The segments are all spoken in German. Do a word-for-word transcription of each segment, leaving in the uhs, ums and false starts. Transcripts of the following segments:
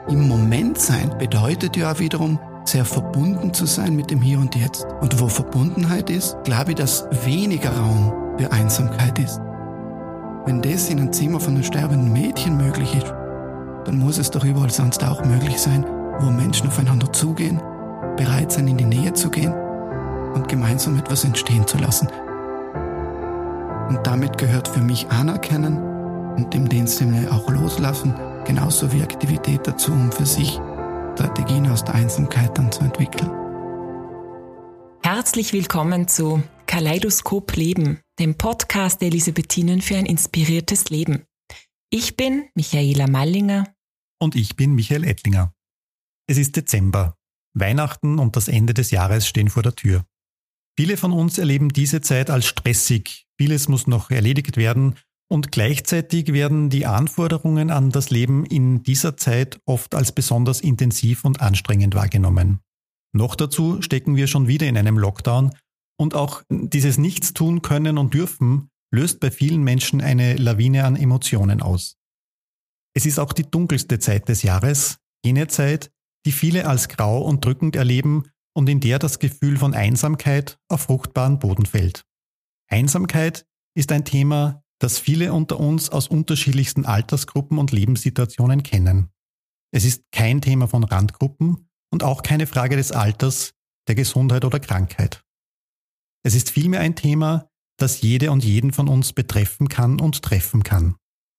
Im Moment sein bedeutet ja auch wiederum, sehr verbunden zu sein mit dem Hier und Jetzt. Und wo Verbundenheit ist, glaube ich, dass weniger Raum für Einsamkeit ist. Wenn das in einem Zimmer von einem sterbenden Mädchen möglich ist, dann muss es doch überall sonst auch möglich sein, wo Menschen aufeinander zugehen, bereit sind, in die Nähe zu gehen und gemeinsam etwas entstehen zu lassen. Und damit gehört für mich Anerkennen und im Sinne auch Loslassen, genauso wie Aktivität dazu, um für sich Strategien aus der Einsamkeit dann zu entwickeln. Herzlich willkommen zu Kaleidoskop Leben, dem Podcast der Elisabethinen für ein inspiriertes Leben. Ich bin Michaela Mallinger. Und ich bin Michael Ettlinger. Es ist Dezember. Weihnachten und das Ende des Jahres stehen vor der Tür. Viele von uns erleben diese Zeit als stressig. Vieles muss noch erledigt werden und gleichzeitig werden die Anforderungen an das Leben in dieser Zeit oft als besonders intensiv und anstrengend wahrgenommen. Noch dazu stecken wir schon wieder in einem Lockdown und auch dieses Nichts tun können und dürfen löst bei vielen Menschen eine Lawine an Emotionen aus. Es ist auch die dunkelste Zeit des Jahres, jene Zeit, die viele als grau und drückend erleben und in der das Gefühl von Einsamkeit auf fruchtbaren Boden fällt. Einsamkeit ist ein Thema, das viele unter uns aus unterschiedlichsten Altersgruppen und Lebenssituationen kennen. Es ist kein Thema von Randgruppen und auch keine Frage des Alters, der Gesundheit oder Krankheit. Es ist vielmehr ein Thema, das jede und jeden von uns betreffen kann und treffen kann.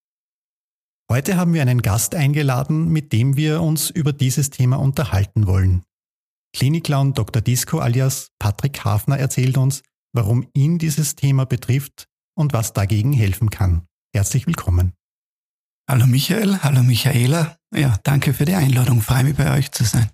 Heute haben wir einen Gast eingeladen, mit dem wir uns über dieses Thema unterhalten wollen. Klinik-Clown Doktor Disco alias Patrick Hafner erzählt uns, warum ihn dieses Thema betrifft und was dagegen helfen kann. Herzlich willkommen. Hallo Michael, hallo Michaela. Ja, danke für die Einladung. Freue mich, bei euch zu sein.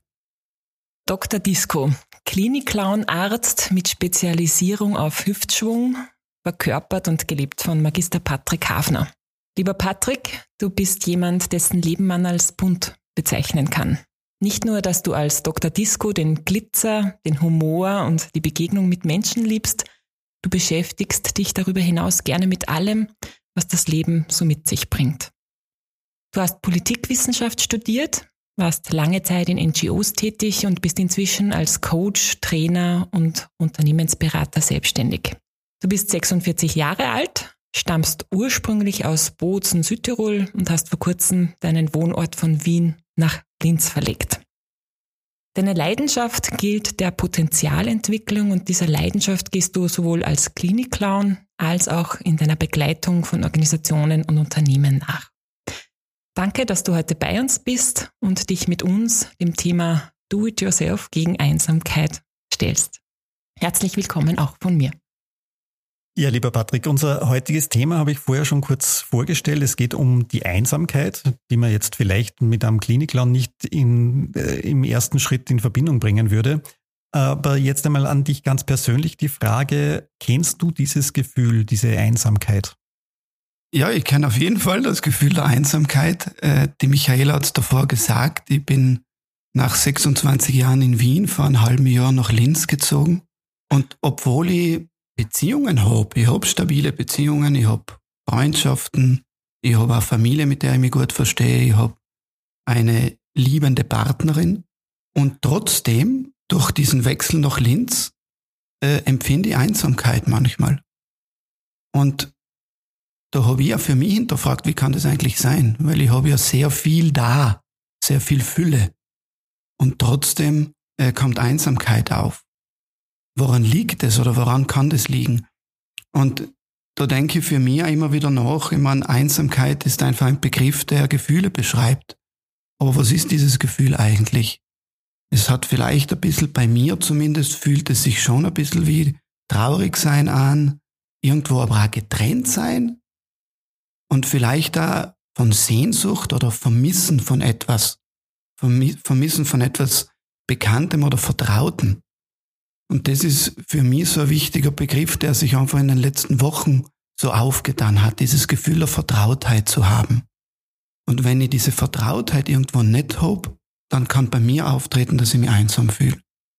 Doktor Disco, Klinik-Clown, Arzt mit Spezialisierung auf Hüftschwung, verkörpert und gelebt von Magister Patrick Hafner. Lieber Patrick, du bist jemand, dessen Leben man als bunt bezeichnen kann. Nicht nur, dass du als Doktor Disco den Glitzer, den Humor und die Begegnung mit Menschen liebst, du beschäftigst dich darüber hinaus gerne mit allem, was das Leben so mit sich bringt. Du hast Politikwissenschaft studiert, warst lange Zeit in N G Os tätig und bist inzwischen als Coach, Trainer und Unternehmensberater selbstständig. Du bist sechsundvierzig Jahre alt, stammst ursprünglich aus Bozen, Südtirol und hast vor kurzem deinen Wohnort von Wien nach Linz verlegt. Deine Leidenschaft gilt der Potenzialentwicklung und dieser Leidenschaft gehst du sowohl als Klinik-Clown als auch in deiner Begleitung von Organisationen und Unternehmen nach. Danke, dass du heute bei uns bist und dich mit uns dem Thema Do-it-yourself gegen Einsamkeit stellst. Herzlich willkommen auch von mir. Ja, lieber Patrick, unser heutiges Thema habe ich vorher schon kurz vorgestellt. Es geht um die Einsamkeit, die man jetzt vielleicht mit einem Klinik-Clown nicht in, äh, im ersten Schritt in Verbindung bringen würde. Aber jetzt einmal an dich ganz persönlich die Frage, kennst du dieses Gefühl, diese Einsamkeit? Ja, ich kenne auf jeden Fall das Gefühl der Einsamkeit. Äh, die Michaela hat es davor gesagt, ich bin nach sechsundzwanzig Jahren in Wien vor einem halben Jahr nach Linz gezogen. Und obwohl ich Beziehungen habe. Ich habe stabile Beziehungen, ich habe Freundschaften, ich habe eine Familie, mit der ich mich gut verstehe, ich habe eine liebende Partnerin und trotzdem, durch diesen Wechsel nach Linz, äh, empfinde ich Einsamkeit manchmal. Und da habe ich ja für mich hinterfragt, wie kann das eigentlich sein? Weil ich habe ja sehr viel da, sehr viel Fülle und trotzdem äh, kommt Einsamkeit auf. Woran liegt es oder woran kann das liegen? Und da denke ich für mich auch immer wieder nach. Ich meine, Einsamkeit ist einfach ein Begriff, der Gefühle beschreibt. Aber was ist dieses Gefühl eigentlich? Es hat vielleicht ein bisschen, bei mir zumindest, fühlt es sich schon ein bisschen wie traurig sein an, irgendwo aber auch getrennt sein und vielleicht auch von Sehnsucht oder Vermissen von etwas, Vermissen von etwas Bekanntem oder Vertrautem. Und das ist für mich so ein wichtiger Begriff, der sich einfach in den letzten Wochen so aufgetan hat, dieses Gefühl der Vertrautheit zu haben. Und wenn ich diese Vertrautheit irgendwo nicht habe, dann kann bei mir auftreten, dass ich mich einsam fühle.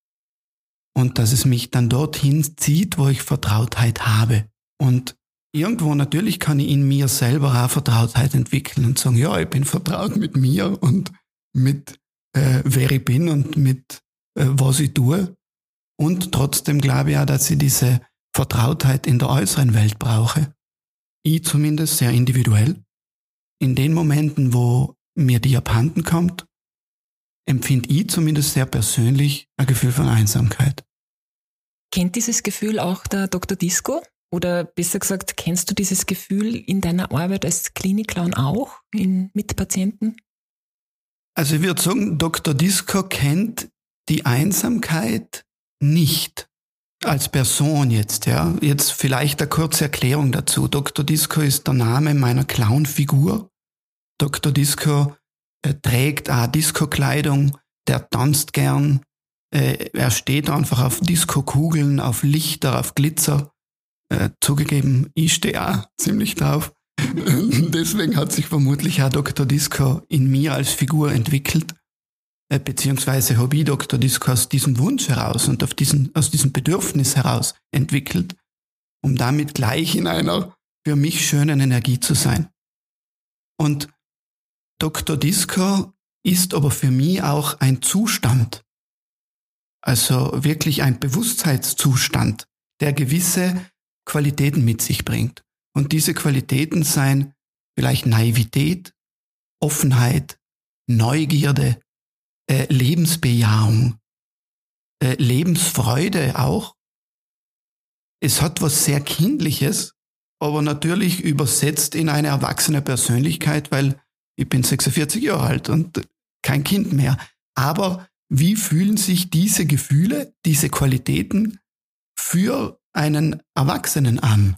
Und dass es mich dann dorthin zieht, wo ich Vertrautheit habe. Und irgendwo natürlich kann ich in mir selber auch Vertrautheit entwickeln und sagen, ja, ich bin vertraut mit mir und mit äh, wer ich bin und mit äh, was ich tue. Und trotzdem glaube ich auch, dass ich diese Vertrautheit in der äußeren Welt brauche. Ich zumindest sehr individuell. In den Momenten, wo mir die abhanden kommt, empfinde ich zumindest sehr persönlich ein Gefühl von Einsamkeit. Kennt dieses Gefühl auch der Doktor Disco? Oder besser gesagt, kennst du dieses Gefühl in deiner Arbeit als Klinik-Clown auch in, mit Patienten? Also ich würde sagen, Doktor Disco kennt die Einsamkeit nicht als Person jetzt. Ja. Jetzt vielleicht eine kurze Erklärung dazu. Doktor Disco ist der Name meiner Clown-Figur. Doktor Disco äh, trägt auch Disco-Kleidung, der tanzt gern. Äh, er steht einfach auf Disco-Kugeln, auf Lichter, auf Glitzer. Äh, zugegeben, ich stehe auch ziemlich drauf. Deswegen hat sich vermutlich auch Doktor Disco in mir als Figur entwickelt. Äh, beziehungsweise habe ich Doktor Disco aus diesem Wunsch heraus und auf diesen, aus diesem Bedürfnis heraus entwickelt, um damit gleich in einer für mich schönen Energie zu sein. Und Doktor Disco ist aber für mich auch ein Zustand, also wirklich ein Bewusstseinszustand, der gewisse Qualitäten mit sich bringt. Und diese Qualitäten seien vielleicht Naivität, Offenheit, Neugierde, äh, Lebensbejahung, äh, Lebensfreude auch. Es hat was sehr Kindliches, aber natürlich übersetzt in eine erwachsene Persönlichkeit, weil ich bin sechsundvierzig Jahre alt und kein Kind mehr. Aber wie fühlen sich diese Gefühle, diese Qualitäten für einen Erwachsenen an?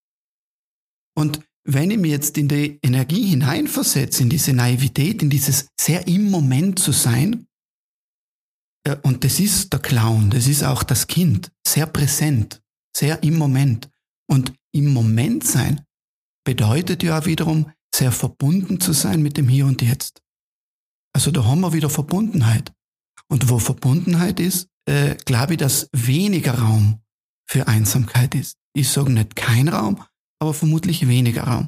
Und wenn ich mir jetzt in die Energie hineinversetze, in diese Naivität, in dieses sehr im Moment zu sein, und das ist der Clown, das ist auch das Kind, sehr präsent, sehr im Moment. Und im Moment sein bedeutet ja wiederum, sehr verbunden zu sein mit dem Hier und Jetzt. Also da haben wir wieder Verbundenheit. Und wo Verbundenheit ist, äh, glaube ich, dass weniger Raum für Einsamkeit ist. Ich sage nicht kein Raum, aber vermutlich weniger Raum.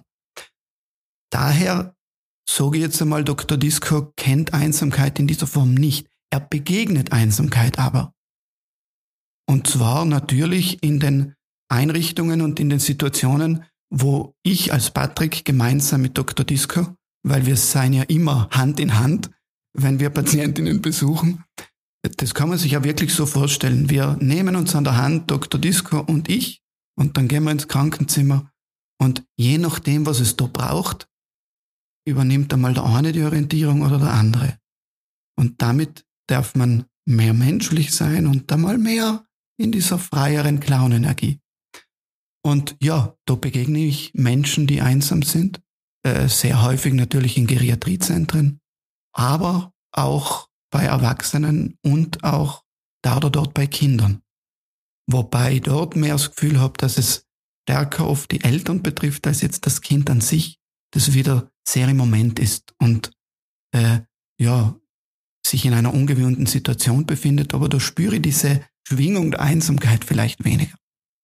Daher sage ich jetzt einmal, Doktor Disco kennt Einsamkeit in dieser Form nicht. Er begegnet Einsamkeit aber. Und zwar natürlich in den Einrichtungen und in den Situationen, wo ich als Patrick gemeinsam mit Doktor Disco, weil wir seien ja immer Hand in Hand, wenn wir Patientinnen besuchen, das kann man sich ja wirklich so vorstellen. Wir nehmen uns an der Hand, Doktor Disco und ich, und dann gehen wir ins Krankenzimmer und je nachdem, was es da braucht, übernimmt einmal der eine die Orientierung oder der andere. Und damit darf man mehr menschlich sein und einmal mehr in dieser freieren Clown-Energie. Und ja, da begegne ich Menschen, die einsam sind, äh, sehr häufig natürlich in Geriatriezentren, aber auch bei Erwachsenen und auch da oder dort bei Kindern. Wobei ich dort mehr das Gefühl habe, dass es stärker oft die Eltern betrifft, als jetzt das Kind an sich, das wieder sehr im Moment ist und äh, ja, sich in einer ungewohnten Situation befindet, aber da spüre ich diese Schwingung der Einsamkeit vielleicht weniger.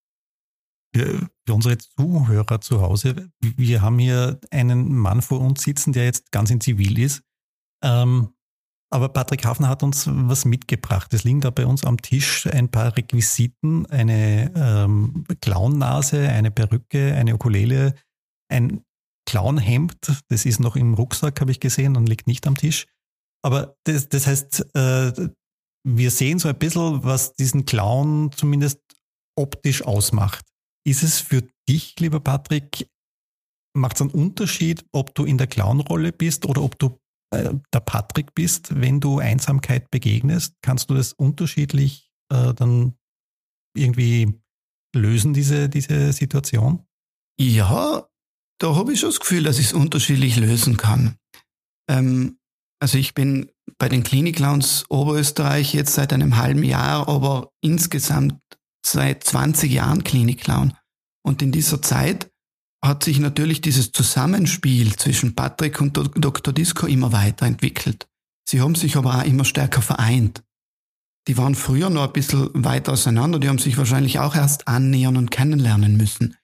Für unsere Zuhörer zu Hause, wir haben hier einen Mann vor uns sitzen, der jetzt ganz in Zivil ist. Ähm, aber Patrick Hafner hat uns was mitgebracht. Es liegen da bei uns am Tisch ein paar Requisiten, eine ähm, Clownnase, eine Perücke, eine Ukulele, ein Clownhemd, das ist noch im Rucksack, habe ich gesehen, und liegt nicht am Tisch. Aber das, das heißt, äh, wir sehen so ein bisschen, was diesen Clown zumindest optisch ausmacht. Ist es für dich, lieber Patrick, macht es einen Unterschied, ob du in der Clownrolle bist oder ob du äh, der Patrick bist, wenn du Einsamkeit begegnest? Kannst du das unterschiedlich äh, dann irgendwie lösen, diese, diese Situation? Ja, da habe ich schon das Gefühl, dass ich es unterschiedlich lösen kann. Ähm, also ich bin bei den Klinik-Clowns Oberösterreich jetzt seit einem halben Jahr, aber insgesamt seit zwanzig Jahren Klinik-Clown. Und in dieser Zeit hat sich natürlich dieses Zusammenspiel zwischen Patrick und Doktor Disco immer weiterentwickelt. Sie haben sich aber auch immer stärker vereint. Die waren früher noch ein bisschen weiter auseinander, die haben sich wahrscheinlich auch erst annähern und kennenlernen müssen,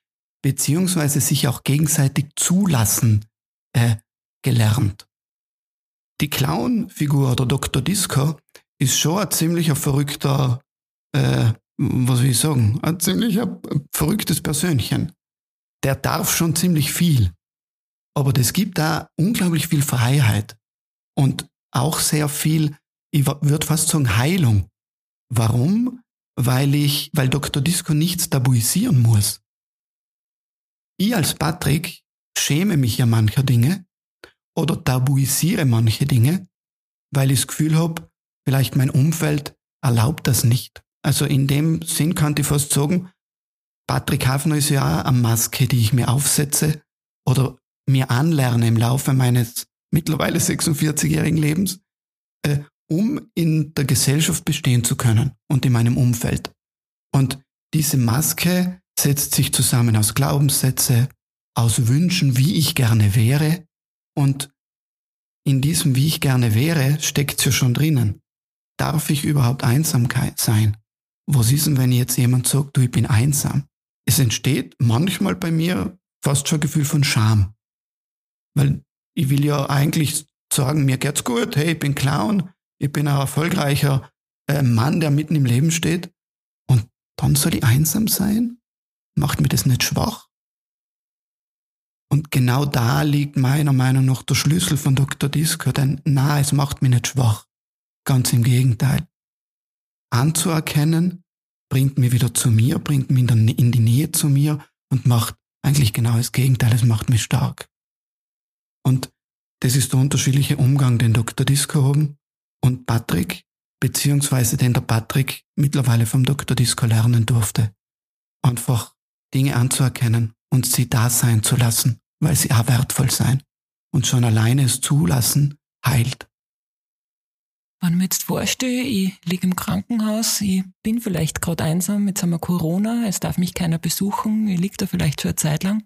beziehungsweise sich auch gegenseitig zulassen äh, gelernt. die Clown-Figur, der Doktor Disco, ist schon ein ziemlich verrückter, äh, was will ich sagen, ein ziemlich verrücktes Persönchen. Der darf schon ziemlich viel. Aber das gibt da unglaublich viel Freiheit. Und auch sehr viel, ich würde fast sagen, Heilung. Warum? Weil ich, weil Doktor Disco nichts tabuisieren muss. Ich als Patrick schäme mich ja mancher Dinge oder tabuisiere manche Dinge, weil ich das Gefühl habe, vielleicht mein Umfeld erlaubt das nicht. Also in dem Sinn könnte ich fast sagen, Patrick Hafner ist ja auch eine Maske, die ich mir aufsetze oder mir anlerne im Laufe meines mittlerweile sechsundvierzigjährigen Lebens, äh, um in der Gesellschaft bestehen zu können und in meinem Umfeld. Und diese Maske setzt sich zusammen aus Glaubenssätze, aus Wünschen, wie ich gerne wäre. Und in diesem, wie ich gerne wäre, steckt es ja schon drinnen. Darf ich überhaupt einsam sein? Was ist denn, wenn jetzt jemand sagt, du, ich bin einsam? Es entsteht manchmal bei mir fast schon ein Gefühl von Scham. Weil ich will ja eigentlich sagen, mir geht's gut, hey, ich bin Clown, ich bin ein erfolgreicher äh, Mann, der mitten im Leben steht. Und dann soll ich einsam sein? Macht mir das nicht schwach? Und genau da liegt meiner Meinung nach der Schlüssel von Doktor Disco, denn na, es macht mich nicht schwach. Ganz im Gegenteil. Anzuerkennen bringt mich wieder zu mir, bringt mich in die Nähe zu mir und macht eigentlich genau das Gegenteil, es macht mich stark. Und das ist der unterschiedliche Umgang, den Doktor Disco haben und Patrick, beziehungsweise den der Patrick mittlerweile vom Doktor Disco lernen durfte. Einfach Dinge anzuerkennen und sie da sein zu lassen, weil sie auch wertvoll sein. Und schon alleine es zulassen, heilt. Wenn ich mir jetzt vorstelle, ich liege im Krankenhaus, ich bin vielleicht gerade einsam, jetzt haben wir Corona, es darf mich keiner besuchen, ich liege da vielleicht schon eine Zeit lang.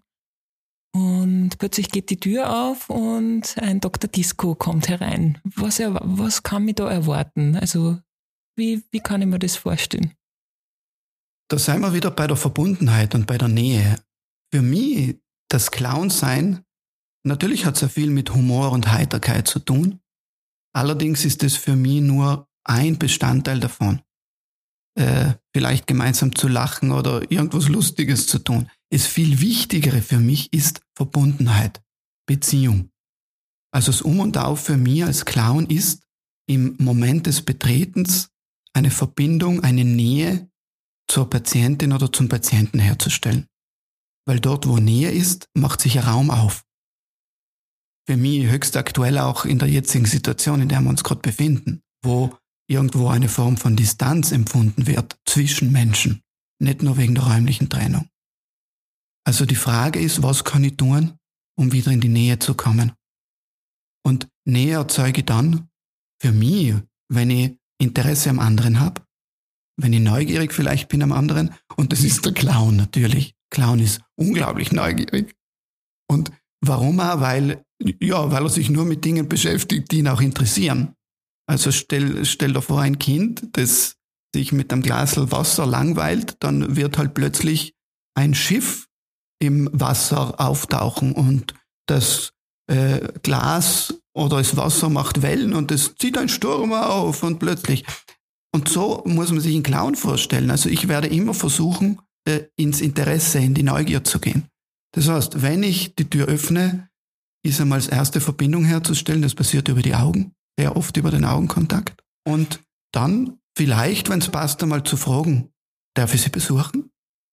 Und plötzlich geht die Tür auf und ein Doktor Disco kommt herein. Was, er, was kann mich da erwarten? Also wie, wie kann ich mir das vorstellen? Da sind wir wieder bei der Verbundenheit und bei der Nähe. Für mich, das Clown-Sein, natürlich hat es ja viel mit Humor und Heiterkeit zu tun. Allerdings ist es für mich nur ein Bestandteil davon. Äh, vielleicht gemeinsam zu lachen oder irgendwas Lustiges zu tun. Das viel Wichtigere für mich ist Verbundenheit, Beziehung. Also das Um und Auf für mich als Clown ist, im Moment des Betretens eine Verbindung, eine Nähe zur Patientin oder zum Patienten herzustellen. Weil dort, wo Nähe ist, macht sich ein Raum auf. Für mich höchst aktuell auch in der jetzigen Situation, in der wir uns gerade befinden, wo irgendwo eine Form von Distanz empfunden wird zwischen Menschen, nicht nur wegen der räumlichen Trennung. Also die Frage ist, was kann ich tun, um wieder in die Nähe zu kommen? Und Nähe erzeuge ich dann für mich, wenn ich Interesse am anderen habe, wenn ich neugierig vielleicht bin am anderen, und das ist der Clown natürlich. Clown ist unglaublich neugierig. Und warum auch? Weil, ja, weil er sich nur mit Dingen beschäftigt, die ihn auch interessieren. Also stell, stell dir vor, ein Kind, das sich mit einem Glas Wasser langweilt, dann wird halt plötzlich ein Schiff im Wasser auftauchen und das äh, Glas oder das Wasser macht Wellen und es zieht ein Sturm auf und plötzlich. Und so muss man sich einen Clown vorstellen. Also ich werde immer versuchen, äh, ins Interesse, in die Neugier zu gehen. Das heißt, wenn ich die Tür öffne, ist einmal als erste Verbindung herzustellen. Das passiert über die Augen, sehr oft über den Augenkontakt. Und dann vielleicht, wenn es passt, einmal zu fragen, darf ich Sie besuchen?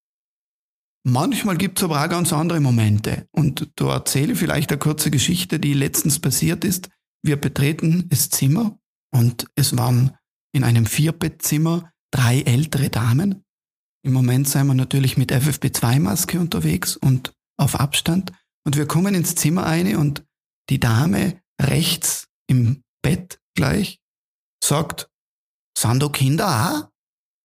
Manchmal gibt es aber auch ganz andere Momente. Und da erzähle ich vielleicht eine kurze Geschichte, die letztens passiert ist. Wir betreten das Zimmer und es waren in einem Vierbettzimmer drei ältere Damen. Im Moment sind wir natürlich mit F F P zwei Maske unterwegs und auf Abstand. Und wir kommen ins Zimmer rein und die Dame rechts im Bett gleich sagt, sind da Kinder auch?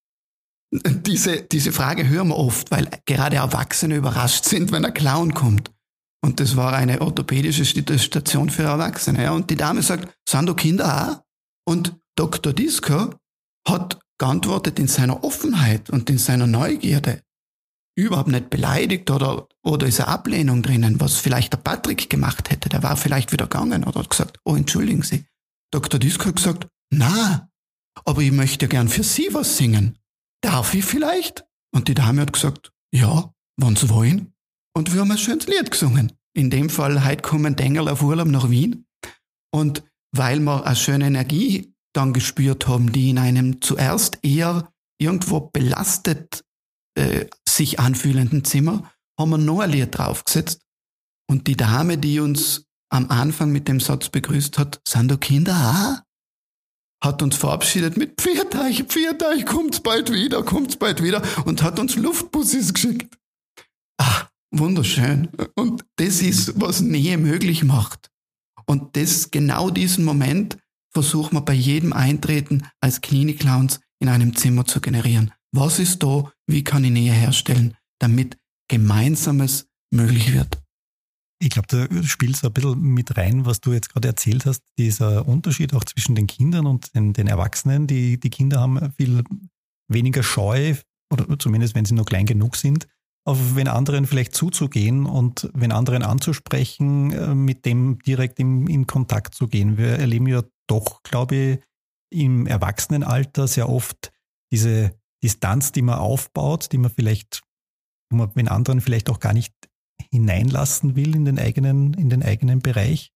Diese, diese Frage hören wir oft, weil gerade Erwachsene überrascht sind, wenn ein Clown kommt. Und das war eine orthopädische Station für Erwachsene. Ja. Und die Dame sagt, sind da Kinder auch? Und Doktor Disco hat geantwortet in seiner Offenheit und in seiner Neugierde. Überhaupt nicht beleidigt oder, oder ist eine Ablehnung drinnen, was vielleicht der Patrick gemacht hätte. Der war vielleicht wieder gegangen oder hat gesagt, oh, entschuldigen Sie, Doktor Disco hat gesagt, na, aber ich möchte gern für Sie was singen. Darf ich vielleicht? Und die Dame hat gesagt, ja, wenn Sie wollen. Und wir haben ein schönes Lied gesungen. In dem Fall, heute kommen Dengerl auf Urlaub nach Wien. Und weil wir eine schöne Energie dann gespürt haben, die in einem zuerst eher irgendwo belastet äh, sich anfühlenden Zimmer, haben wir noch ein Lied draufgesetzt. Und die Dame, die uns am Anfang mit dem Satz begrüßt hat, sind da Kinder auch? Hat uns verabschiedet mit Pfiat euch, Pfiat euch, kommt's bald wieder, kommt's bald wieder und hat uns Luftbussis geschickt. Ah, wunderschön. Und das ist, was Nähe möglich macht. Und das, genau diesen Moment versuchen wir bei jedem Eintreten als Klinik-Clowns in einem Zimmer zu generieren. Was ist da? Wie kann ich Nähe herstellen, damit Gemeinsames möglich wird? Ich glaube, da spielt so ein bisschen mit rein, was du jetzt gerade erzählt hast, dieser Unterschied auch zwischen den Kindern und den, den Erwachsenen. Die, die Kinder haben viel weniger Scheu, oder zumindest wenn sie noch klein genug sind, auf wenn anderen vielleicht zuzugehen und wenn anderen anzusprechen, mit dem direkt in, in Kontakt zu gehen. Wir erleben ja doch, glaube ich, im Erwachsenenalter sehr oft diese Distanz, die man aufbaut, die man vielleicht, wo man den anderen vielleicht auch gar nicht hineinlassen will in den eigenen, in den eigenen Bereich.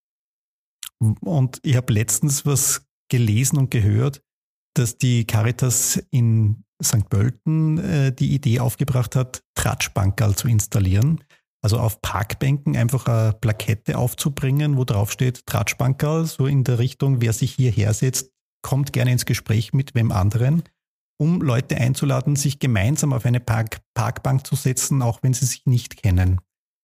Und ich habe letztens was gelesen und gehört, dass die Caritas in Sankt Pölten äh, die Idee aufgebracht hat, Tratschbankerl zu installieren. Also auf Parkbänken einfach eine Plakette aufzubringen, wo drauf steht Tratschbankerl, so in der Richtung, wer sich hierher setzt, kommt gerne ins Gespräch mit wem anderen, um Leute einzuladen, sich gemeinsam auf eine Park- Parkbank zu setzen, auch wenn sie sich nicht kennen.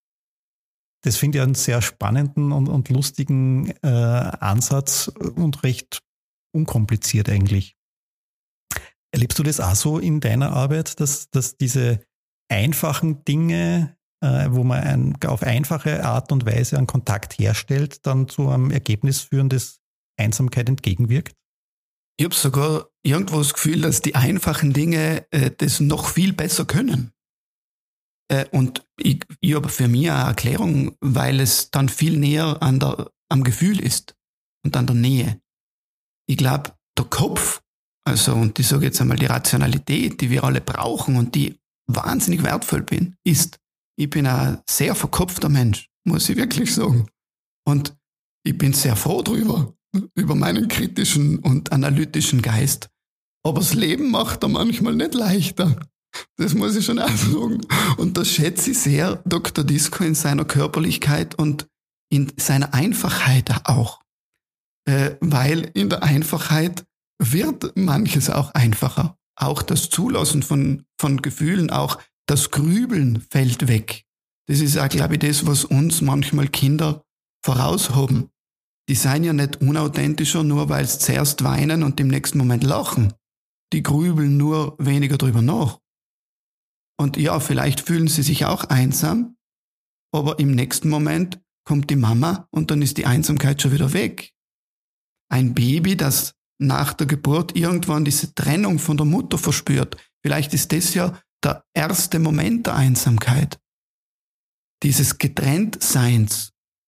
Das finde ich einen sehr spannenden und, und lustigen äh, Ansatz und recht unkompliziert eigentlich. Erlebst du das auch so in deiner Arbeit, dass, dass diese einfachen Dinge, äh, wo man ein, auf einfache Art und Weise einen Kontakt herstellt, dann zu einem Ergebnis führen, das Einsamkeit entgegenwirkt? Ich habe sogar irgendwo das Gefühl, dass die einfachen Dinge äh, das noch viel besser können. Äh, und ich, ich habe für mich eine Erklärung, weil es dann viel näher an der, am Gefühl ist und an der Nähe. Ich glaube, der Kopf, also und ich sage jetzt einmal die Rationalität, die wir alle brauchen und die wahnsinnig wertvoll bin, ist, ich bin ein sehr verkopfter Mensch, muss ich wirklich sagen. Und ich bin sehr froh drüber, über meinen kritischen und analytischen Geist. Aber das Leben macht er manchmal nicht leichter. Das muss ich schon auch sagen. Und da schätze ich sehr Doktor Disco in seiner Körperlichkeit und in seiner Einfachheit auch. Äh, weil in der Einfachheit wird manches auch einfacher. Auch das Zulassen von, von Gefühlen, auch das Grübeln fällt weg. Das ist auch, glaube ich, das, was uns manchmal Kinder voraushaben. Die seien ja nicht unauthentischer, nur weil sie zuerst weinen und im nächsten Moment lachen. Die grübeln nur weniger drüber nach. Und ja, vielleicht fühlen sie sich auch einsam, aber im nächsten Moment kommt die Mama und dann ist die Einsamkeit schon wieder weg. Ein Baby, das nach der Geburt irgendwann diese Trennung von der Mutter verspürt, vielleicht ist das ja der erste Moment der Einsamkeit. Dieses Getrenntseins.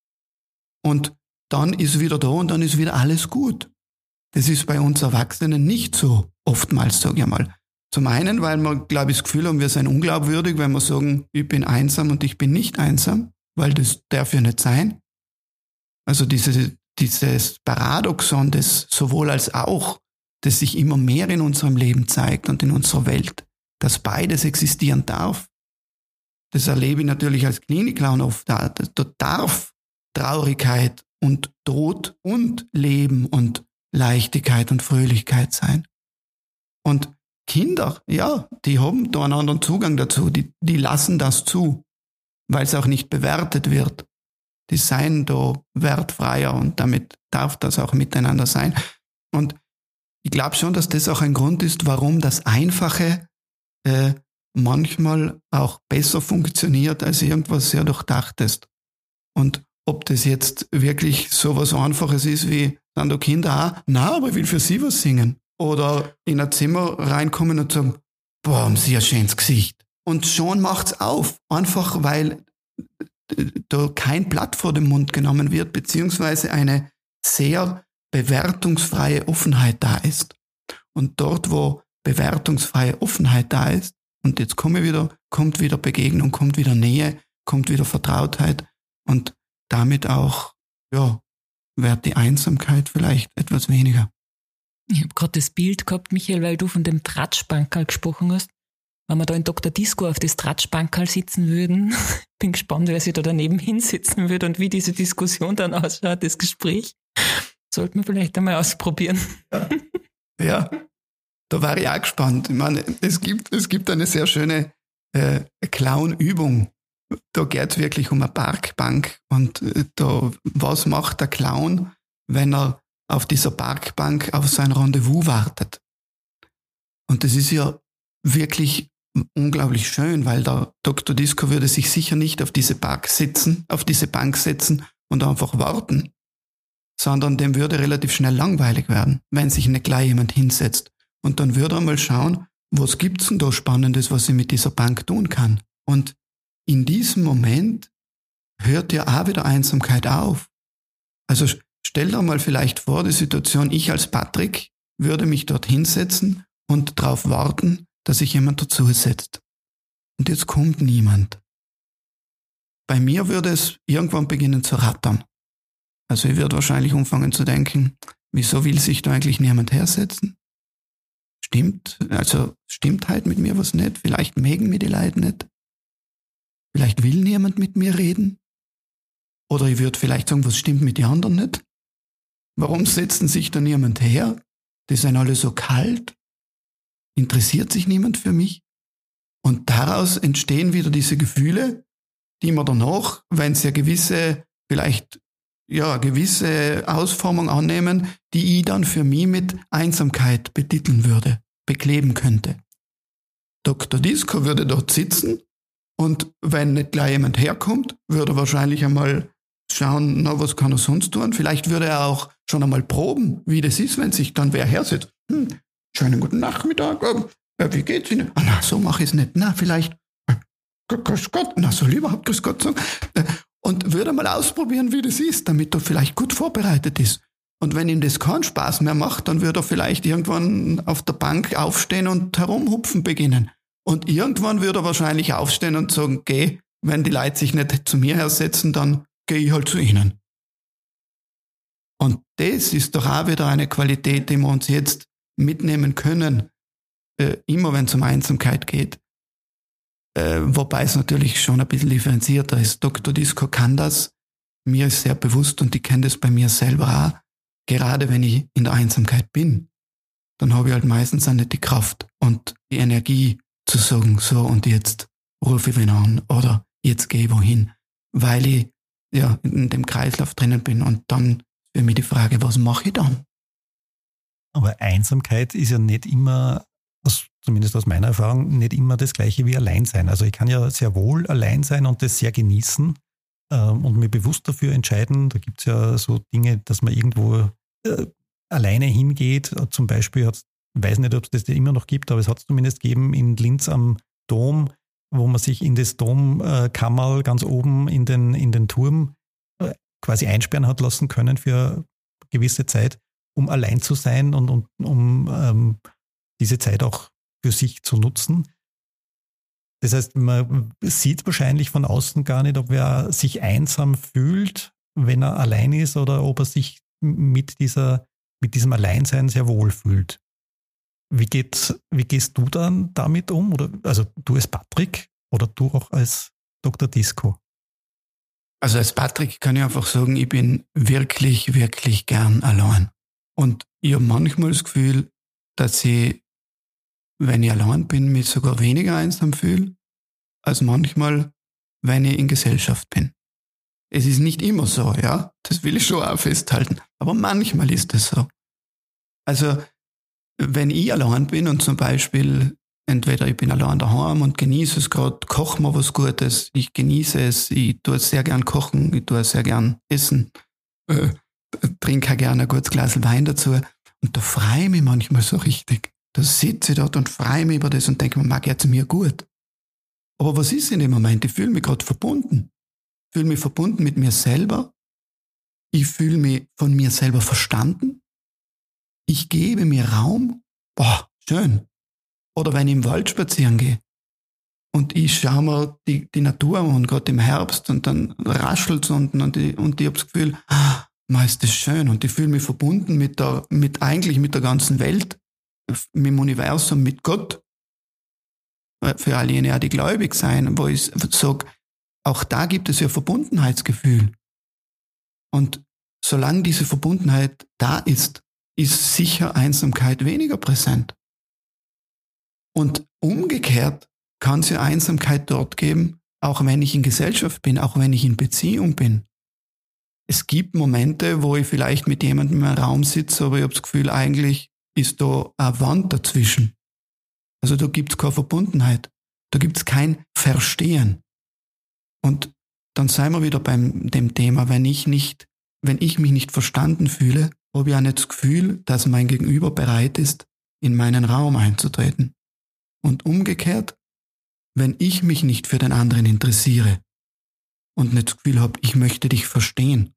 Und dann ist wieder da und dann ist wieder alles gut. Das ist bei uns Erwachsenen nicht so, oftmals, sage ich mal. Zum einen, weil wir, glaube ich, das Gefühl haben, wir seien unglaubwürdig, wenn wir sagen, ich bin einsam und ich bin nicht einsam, weil das darf ja nicht sein. Also diese, dieses Paradoxon, das sowohl als auch, das sich immer mehr in unserem Leben zeigt und in unserer Welt, dass beides existieren darf. Das erlebe ich natürlich als Klinik-Clown oft. Da, da darf Traurigkeit und Tod und Leben und Leichtigkeit und Fröhlichkeit sein. Und Kinder, ja, die haben da einen anderen Zugang dazu. Die, die lassen das zu, weil es auch nicht bewertet wird. Die seien da wertfreier und damit darf das auch miteinander sein. Und ich glaube schon, dass das auch ein Grund ist, warum das Einfache äh, manchmal auch besser funktioniert als irgendwas sehr Durchdachtes. Und ob das jetzt wirklich so was Einfaches ist wie, sind da Kinder auch, na, aber ich will für sie was singen. Oder in ein Zimmer reinkommen und sagen, boah, haben sie ein schönes Gesicht. Und schon macht's auf. Einfach weil da kein Blatt vor den Mund genommen wird, beziehungsweise eine sehr bewertungsfreie Offenheit da ist. Und dort, wo bewertungsfreie Offenheit da ist, und jetzt komme ich wieder, kommt wieder Begegnung, kommt wieder Nähe, kommt wieder Vertrautheit und damit auch, ja, wird die Einsamkeit vielleicht etwas weniger. Ich habe gerade das Bild gehabt, Michael, weil du von dem Tratschbankerl gesprochen hast. Wenn wir da in Doktor Disco auf das Tratschbankerl sitzen würden, bin gespannt, wer sich da daneben hinsitzen würde und wie diese Diskussion dann ausschaut, das Gespräch. Sollten wir vielleicht einmal ausprobieren. Ja, ja, da war ich auch gespannt. Ich meine, es gibt, es gibt eine sehr schöne äh, Clown-Übung. Da geht es wirklich um eine Parkbank und äh, da, was macht der Clown, wenn er auf dieser Parkbank auf sein Rendezvous wartet? Und das ist ja wirklich unglaublich schön, weil der Doktor Disco würde sich sicher nicht auf diese Bank sitzen, auf diese Bank setzen und einfach warten, sondern dem würde relativ schnell langweilig werden, wenn sich nicht gleich jemand hinsetzt. Und dann würde er mal schauen, was gibt's denn da Spannendes, was ich mit dieser Bank tun kann. Und in diesem Moment hört ja auch wieder Einsamkeit auf. Also stell dir mal vielleicht vor, die Situation, ich als Patrick würde mich dort hinsetzen und darauf warten, dass sich jemand dazu setzt. Und jetzt kommt niemand. Bei mir würde es irgendwann beginnen zu rattern. Also ich würde wahrscheinlich anfangen zu denken, wieso will sich da eigentlich niemand hersetzen? Stimmt, also stimmt halt mit mir was nicht? Vielleicht mögen mir die Leute nicht? Vielleicht will niemand mit mir reden? Oder ich würde vielleicht sagen, was stimmt mit den anderen nicht? Warum setzen sich da niemand her? Die sind alle so kalt. Interessiert sich niemand für mich? Und daraus entstehen wieder diese Gefühle, die man danach, wenn sie ja gewisse, vielleicht ja, gewisse Ausformung annehmen, die ich dann für mich mit Einsamkeit betiteln würde, bekleben könnte. Doktor Disco würde dort sitzen und wenn nicht gleich jemand herkommt, würde er wahrscheinlich einmal schauen, na, was kann er sonst tun? Vielleicht würde er auch schon einmal proben, wie das ist, wenn sich dann wer hersetzt. Hm, schönen guten Nachmittag, äh, wie geht's Ihnen? Ah, na, so mache ich es nicht. Na, vielleicht, äh, grüß Gott, na, soll ich überhaupt grüß Gott sagen? Äh, und würde mal ausprobieren, wie das ist, damit er vielleicht gut vorbereitet ist. Und wenn ihm das keinen Spaß mehr macht, dann würde er vielleicht irgendwann auf der Bank aufstehen und herumhupfen beginnen. Und irgendwann würde er wahrscheinlich aufstehen und sagen, geh, wenn die Leute sich nicht zu mir hersetzen, dann gehe ich halt zu ihnen. Und das ist doch auch wieder eine Qualität, die wir uns jetzt mitnehmen können, äh, immer wenn es um Einsamkeit geht. Äh, wobei es natürlich schon ein bisschen differenzierter ist. Doktor Disco kann das, mir ist sehr bewusst und ich kenne das bei mir selber auch. Gerade wenn ich in der Einsamkeit bin, dann habe ich halt meistens auch nicht die Kraft und die Energie zu sagen, so und jetzt rufe ich wen an oder jetzt gehe ich wohin, weil ich ja in dem Kreislauf drinnen bin und dann für mich die Frage, was mache ich dann? Aber Einsamkeit ist ja nicht immer, aus, zumindest aus meiner Erfahrung, nicht immer das Gleiche wie Alleinsein. Also ich kann ja sehr wohl allein sein und das sehr genießen ähm, und mir bewusst dafür entscheiden. Da gibt es ja so Dinge, dass man irgendwo äh, alleine hingeht. Zum Beispiel, ich weiß nicht, ob es das immer noch gibt, aber es hat es zumindest gegeben in Linz am Dom, wo man sich in das Domkammerl ganz oben in den, in den Turm äh, quasi einsperren hat lassen können für eine gewisse Zeit, um allein zu sein und, und um ähm, diese Zeit auch für sich zu nutzen. Das heißt, man sieht wahrscheinlich von außen gar nicht, ob er sich einsam fühlt, wenn er allein ist, oder ob er sich mit dieser, mit diesem Alleinsein sehr wohl fühlt. Wie geht, wie gehst du dann damit um? Oder, also du als Patrick oder du auch als Doktor Disco? Also als Patrick kann ich einfach sagen, ich bin wirklich, wirklich gern allein. Und ich habe manchmal das Gefühl, dass ich, wenn ich allein bin, mich sogar weniger einsam fühle, als manchmal, wenn ich in Gesellschaft bin. Es ist nicht immer so, ja, das will ich schon auch festhalten, aber manchmal ist es so. Also, wenn ich allein bin und zum Beispiel, entweder ich bin allein daheim und genieße es gerade, koche mir was Gutes, ich genieße es, ich tue es sehr gern kochen, ich tue es sehr gern essen, äh, trinke auch gerne ein gutes Glas Wein dazu und da freue ich mich manchmal so richtig. Da sitze ich dort und freue mich über das und denke mir, mag jetzt mir gut. Aber was ist in dem Moment? Ich fühle mich gerade verbunden. Ich fühle mich verbunden mit mir selber. Ich fühle mich von mir selber verstanden. ich gebe mir Raum, boah, schön. Oder wenn ich im Wald spazieren gehe und ich schaue mir die, die Natur an, und gerade im Herbst, und dann raschelt es unten, und ich, und ich habe das Gefühl, ah, man, ist das schön, und ich fühle mich verbunden mit der, mit eigentlich mit der ganzen Welt, mit dem Universum, mit Gott. Für all jene, die gläubig sein, wo ich sage, auch da gibt es ja Verbundenheitsgefühl. Und solange diese Verbundenheit da ist, ist sicher Einsamkeit weniger präsent. Und umgekehrt kann es ja Einsamkeit dort geben, auch wenn ich in Gesellschaft bin, auch wenn ich in Beziehung bin. Es gibt Momente, wo ich vielleicht mit jemandem im Raum sitze, aber ich habe das Gefühl, eigentlich ist da eine Wand dazwischen. Also da gibt es keine Verbundenheit, da gibt es kein Verstehen. Und dann seien wir wieder beim dem Thema, wenn ich nicht, wenn ich mich nicht verstanden fühle, habe ich auch nicht das Gefühl, dass mein Gegenüber bereit ist, in meinen Raum einzutreten. Und umgekehrt, wenn ich mich nicht für den anderen interessiere und nicht das Gefühl habe, ich möchte dich verstehen,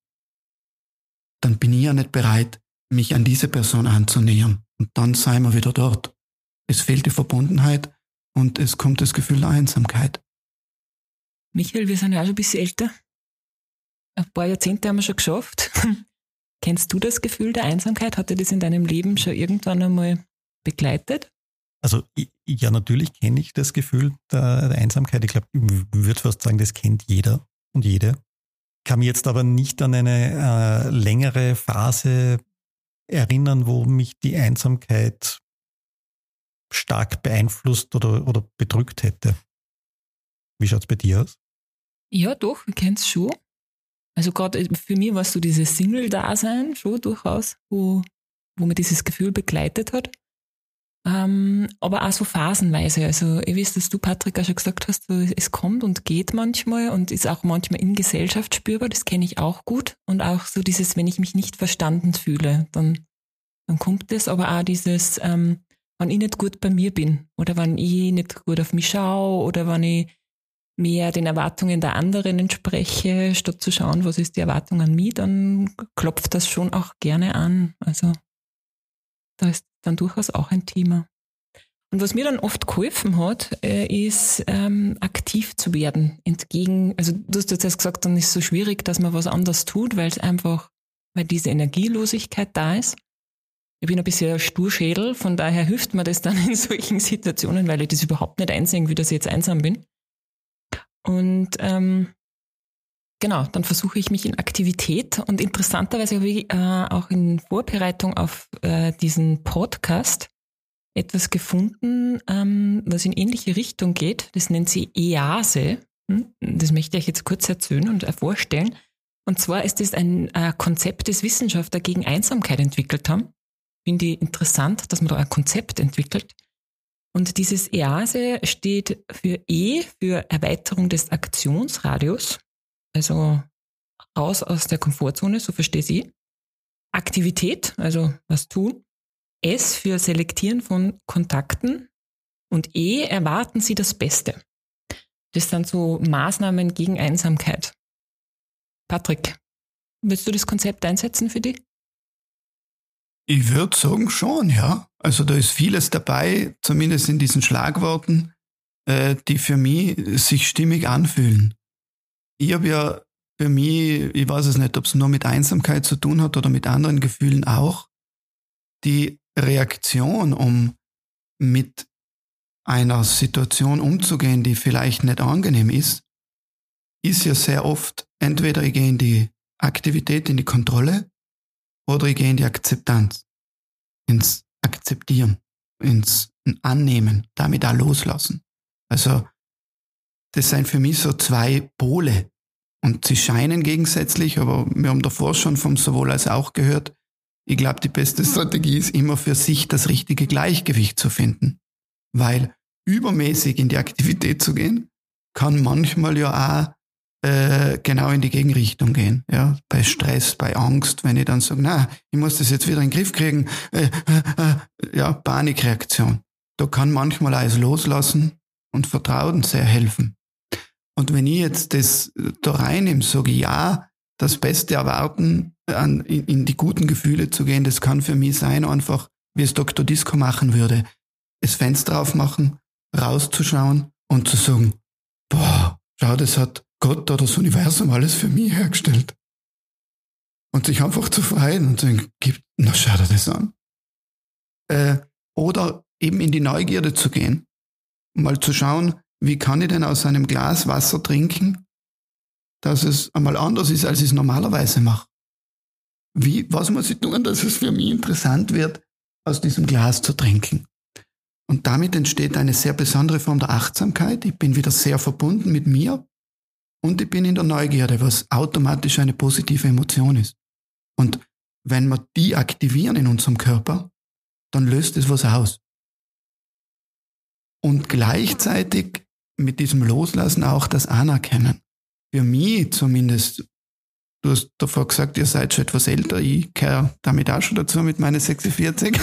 dann bin ich ja nicht bereit, mich an diese Person anzunähern. Und dann seien wir wieder dort. Es fehlt die Verbundenheit und es kommt das Gefühl der Einsamkeit. Michael, wir sind ja auch schon ein bisschen älter. Ein paar Jahrzehnte haben wir schon geschafft. Kennst du das Gefühl der Einsamkeit? Hat dir das in deinem Leben schon irgendwann einmal begleitet? Also ja, natürlich kenne ich das Gefühl der, der Einsamkeit. Ich glaube, ich würde fast sagen, das kennt jeder und jede. Kann mich jetzt aber nicht an eine äh, längere Phase erinnern, wo mich die Einsamkeit stark beeinflusst oder, oder bedrückt hätte. Wie schaut es bei dir aus? Ja, doch, ich kenne es schon. Also gerade für mich war es so dieses Single-Dasein schon durchaus, wo, wo mir dieses Gefühl begleitet hat. Ähm, aber auch so phasenweise. Also ich weiß, dass du, Patrick, auch schon gesagt hast, so, es kommt und geht manchmal und ist auch manchmal in Gesellschaft spürbar, das kenne ich auch gut. Und auch so dieses, wenn ich mich nicht verstanden fühle, dann, dann kommt das, aber auch dieses, ähm, wenn ich nicht gut bei mir bin oder wenn ich nicht gut auf mich schaue oder wenn ich mehr den Erwartungen der anderen entspreche, statt zu schauen, was ist die Erwartung an mich, dann klopft das schon auch gerne an. Also da ist dann durchaus auch ein Thema. Und was mir dann oft geholfen hat, ist ähm, aktiv zu werden. Entgegen, also du hast jetzt erst gesagt, dann ist es so schwierig, dass man was anderes tut, weil es einfach, weil diese Energielosigkeit da ist. Ich bin ein bisschen ein Sturschädel, von daher hilft mir das dann in solchen Situationen, weil ich das überhaupt nicht einsehe, wie dass ich jetzt einsam bin. Und ähm, genau, dann versuche ich mich in Aktivität und interessanterweise habe ich äh, auch in Vorbereitung auf äh, diesen Podcast etwas gefunden, ähm, was in ähnliche Richtung geht. Das nennt sie EASE. Das möchte ich jetzt kurz erzählen und vorstellen. Und zwar ist es ein äh, Konzept, das Wissenschaftler gegen Einsamkeit entwickelt haben. Finde ich interessant, dass man da ein Konzept entwickelt. Und dieses EASE steht für E, für Erweiterung des Aktionsradius, also raus aus der Komfortzone, so verstehe ich. Aktivität, also was tun. S für Selektieren von Kontakten. Und E, erwarten Sie das Beste. Das sind so Maßnahmen gegen Einsamkeit. Patrick, willst du das Konzept einsetzen für dich? Ich würde sagen schon, ja. Also da ist vieles dabei, zumindest in diesen Schlagworten, äh, die für mich sich stimmig anfühlen. Ich habe ja für mich, ich weiß es nicht, ob es nur mit Einsamkeit zu tun hat oder mit anderen Gefühlen auch, die Reaktion, um mit einer Situation umzugehen, die vielleicht nicht angenehm ist, ist ja sehr oft, entweder ich gehe in die Aktivität, in die Kontrolle, oder ich gehe in die Akzeptanz, ins Akzeptieren, ins Annehmen, damit auch loslassen. Also das sind für mich so zwei Pole und sie scheinen gegensätzlich, aber wir haben davor schon vom sowohl als auch gehört, ich glaube, die beste Strategie ist immer für sich das richtige Gleichgewicht zu finden, weil übermäßig in die Aktivität zu gehen, kann manchmal ja auch Äh, genau in die Gegenrichtung gehen. Ja, bei Stress, bei Angst, wenn ich dann sage, na, ich muss das jetzt wieder in den Griff kriegen, äh, äh, äh, ja, Panikreaktion. Da kann manchmal alles loslassen und Vertrauen sehr helfen. Und wenn ich jetzt das da reinnehme, sage ich, ja, das Beste erwarten, an, in, in die guten Gefühle zu gehen. Das kann für mich sein, einfach, wie es Doktor Disco machen würde. Das Fenster aufmachen, rauszuschauen und zu sagen, boah, schau, das hat Gott oder das Universum alles für mich hergestellt. Und sich einfach zu freuen und zu sagen, gib, na schau dir das an. Äh, oder eben in die Neugierde zu gehen, mal zu schauen, wie kann ich denn aus einem Glas Wasser trinken, dass es einmal anders ist, als ich es normalerweise mache. Wie, was muss ich tun, dass es für mich interessant wird, aus diesem Glas zu trinken? Und damit entsteht eine sehr besondere Form der Achtsamkeit. Ich bin wieder sehr verbunden mit mir und ich bin in der Neugierde, was automatisch eine positive Emotion ist. Und wenn wir die aktivieren in unserem Körper, dann löst es was aus. Und gleichzeitig mit diesem Loslassen auch das Anerkennen. Für mich zumindest, du hast davor gesagt, ihr seid schon etwas älter, ich gehöre damit auch schon dazu mit meinen sechsundvierzig.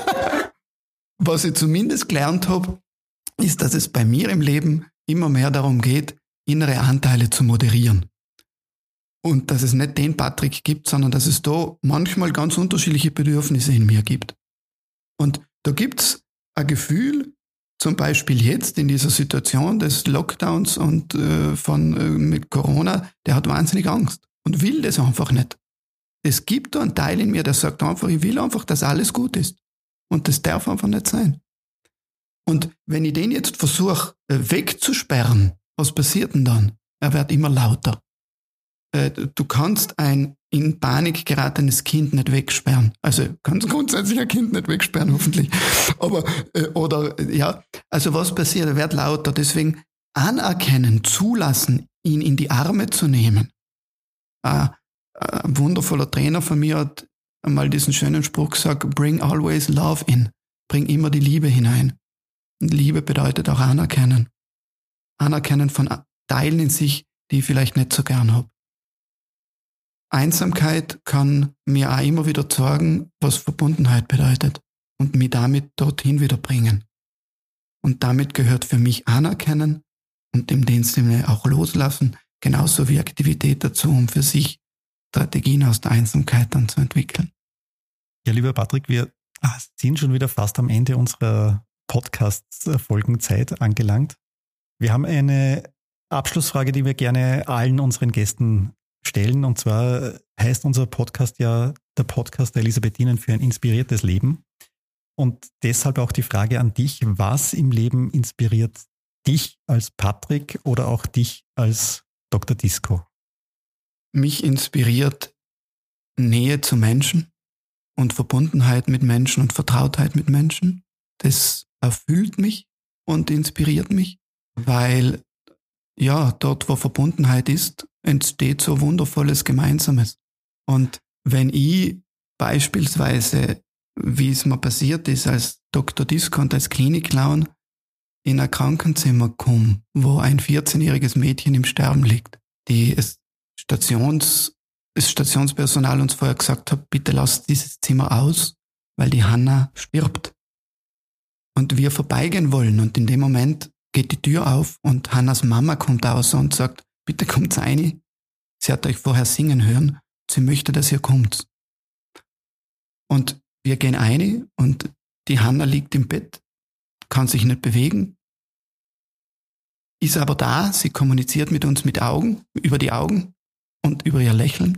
Was ich zumindest gelernt habe, ist, dass es bei mir im Leben immer mehr darum geht, innere Anteile zu moderieren. Und dass es nicht den Patrick gibt, sondern dass es da manchmal ganz unterschiedliche Bedürfnisse in mir gibt. Und da gibt es ein Gefühl, zum Beispiel jetzt in dieser Situation des Lockdowns und äh, von äh, mit Corona, der hat wahnsinnig Angst und will das einfach nicht. Es gibt da einen Teil in mir, der sagt einfach, ich will einfach, dass alles gut ist. Und das darf einfach nicht sein. Und wenn ich den jetzt versuche äh, wegzusperren, was passiert denn dann? Er wird immer lauter. Äh, du kannst ein in Panik geratenes Kind nicht wegsperren. Also kannst grundsätzlich ein Kind nicht wegsperren, hoffentlich. Aber, äh, oder, ja, also was passiert? Er wird lauter. Deswegen anerkennen, zulassen, ihn in die Arme zu nehmen. Äh, ein wundervoller Trainer von mir hat einmal diesen schönen Spruch gesagt, bring always love in. Bring immer die Liebe hinein. Und Liebe bedeutet auch anerkennen. Anerkennen von Teilen in sich, die ich vielleicht nicht so gern habe. Einsamkeit kann mir auch immer wieder zeigen, was Verbundenheit bedeutet und mich damit dorthin wieder bringen. Und damit gehört für mich Anerkennen und in dem Sinne auch Loslassen, genauso wie Aktivität dazu, um für sich Strategien aus der Einsamkeit dann zu entwickeln. Ja, lieber Patrick, wir sind schon wieder fast am Ende unserer Podcast-Folgenzeit angelangt. Wir haben eine Abschlussfrage, die wir gerne allen unseren Gästen stellen. Und zwar heißt unser Podcast ja der Podcast der Elisabethinen für ein inspiriertes Leben. Und deshalb auch die Frage an dich, was im Leben inspiriert dich als Patrick oder auch dich als Doktor Disco? Mich inspiriert Nähe zu Menschen und Verbundenheit mit Menschen und Vertrautheit mit Menschen. Das erfüllt mich und inspiriert mich, weil ja, dort, wo Verbundenheit ist, entsteht so wundervolles Gemeinsames. Und wenn ich beispielsweise, wie es mir passiert ist, als Doktor Disco und als Klinik-Clown in ein Krankenzimmer komme, wo ein vierzehnjähriges Mädchen im Sterben liegt, die es Stations, das Stationspersonal uns vorher gesagt hat, bitte lasst dieses Zimmer aus, weil die Hanna stirbt. Und wir vorbeigehen wollen und in dem Moment geht die Tür auf und Hannas Mama kommt raus und sagt, bitte kommt rein. Sie hat euch vorher singen hören. Sie möchte, dass ihr kommt. Und wir gehen rein und die Hanna liegt im Bett, kann sich nicht bewegen, ist aber da. Sie kommuniziert mit uns mit Augen, über die Augen und über ihr Lächeln.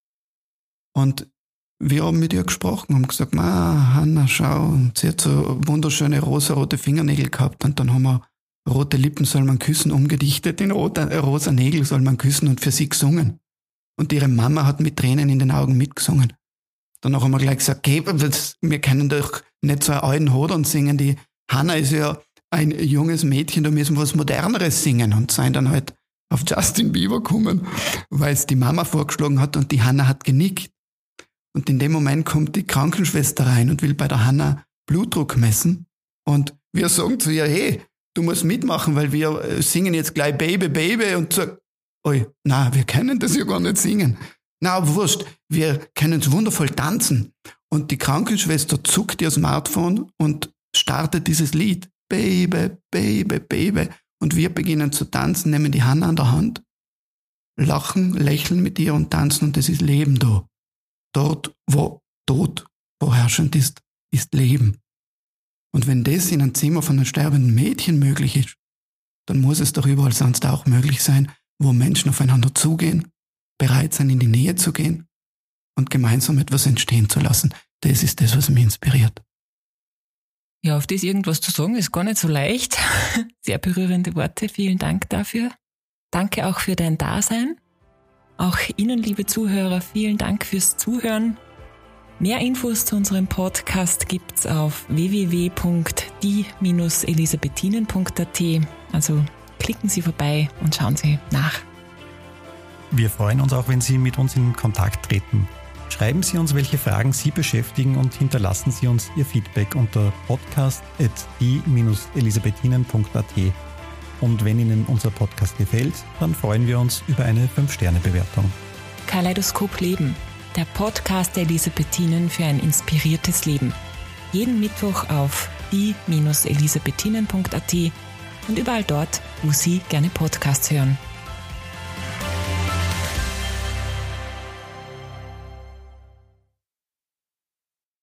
Und wir haben mit ihr gesprochen, haben gesagt, ah, Hanna, schau. Und sie hat so wunderschöne rosarote Fingernägel gehabt und dann haben wir rote Lippen soll man küssen, umgedichtet in roter, äh, rosa Nägel soll man küssen und für sie gesungen. Und ihre Mama hat mit Tränen in den Augen mitgesungen. Danach haben wir gleich gesagt, okay, wir können doch nicht so einen alten Hodern singen. Die Hanna ist ja ein junges Mädchen, da müssen wir was Moderneres singen. Und seien dann halt auf Justin Bieber gekommen, weil es die Mama vorgeschlagen hat und die Hanna hat genickt. Und in dem Moment kommt die Krankenschwester rein und will bei der Hanna Blutdruck messen. Und wir sagen zu ihr, hey, du musst mitmachen, weil wir singen jetzt gleich Baby, Baby und so. Oi, na, wir können das ja gar nicht singen. Na, aber wurscht, wir können es wundervoll tanzen. Und die Krankenschwester zuckt ihr Smartphone und startet dieses Lied. Baby, Baby, Baby. Und wir beginnen zu tanzen, nehmen die Hanna an der Hand, lachen, lächeln mit ihr und tanzen und es ist Leben da. dort, wo Tod vorherrschend ist, ist Leben. Und wenn das in einem Zimmer von einem sterbenden Mädchen möglich ist, dann muss es doch überall sonst auch möglich sein, wo Menschen aufeinander zugehen, bereit sind, in die Nähe zu gehen und gemeinsam etwas entstehen zu lassen. Das ist das, was mich inspiriert. Ja, auf das irgendwas zu sagen, ist gar nicht so leicht. Sehr berührende Worte, vielen Dank dafür. Danke auch für dein Dasein. Auch Ihnen, liebe Zuhörer, vielen Dank fürs Zuhören. Mehr Infos zu unserem Podcast gibt's auf w w w punkt die Bindestrich elisabethinen punkt a t. Also klicken Sie vorbei und schauen Sie nach. Wir freuen uns auch, wenn Sie mit uns in Kontakt treten. Schreiben Sie uns, welche Fragen Sie beschäftigen und hinterlassen Sie uns Ihr Feedback unter podcast at die Bindestrich elisabethinen punkt a t. Und wenn Ihnen unser Podcast gefällt, dann freuen wir uns über eine fünf Sterne Bewertung. Kaleidoskop Leben, der Podcast der Elisabethinen für ein inspiriertes Leben. Jeden Mittwoch auf die Bindestrich elisabethinen punkt a t und überall dort, wo Sie gerne Podcasts hören.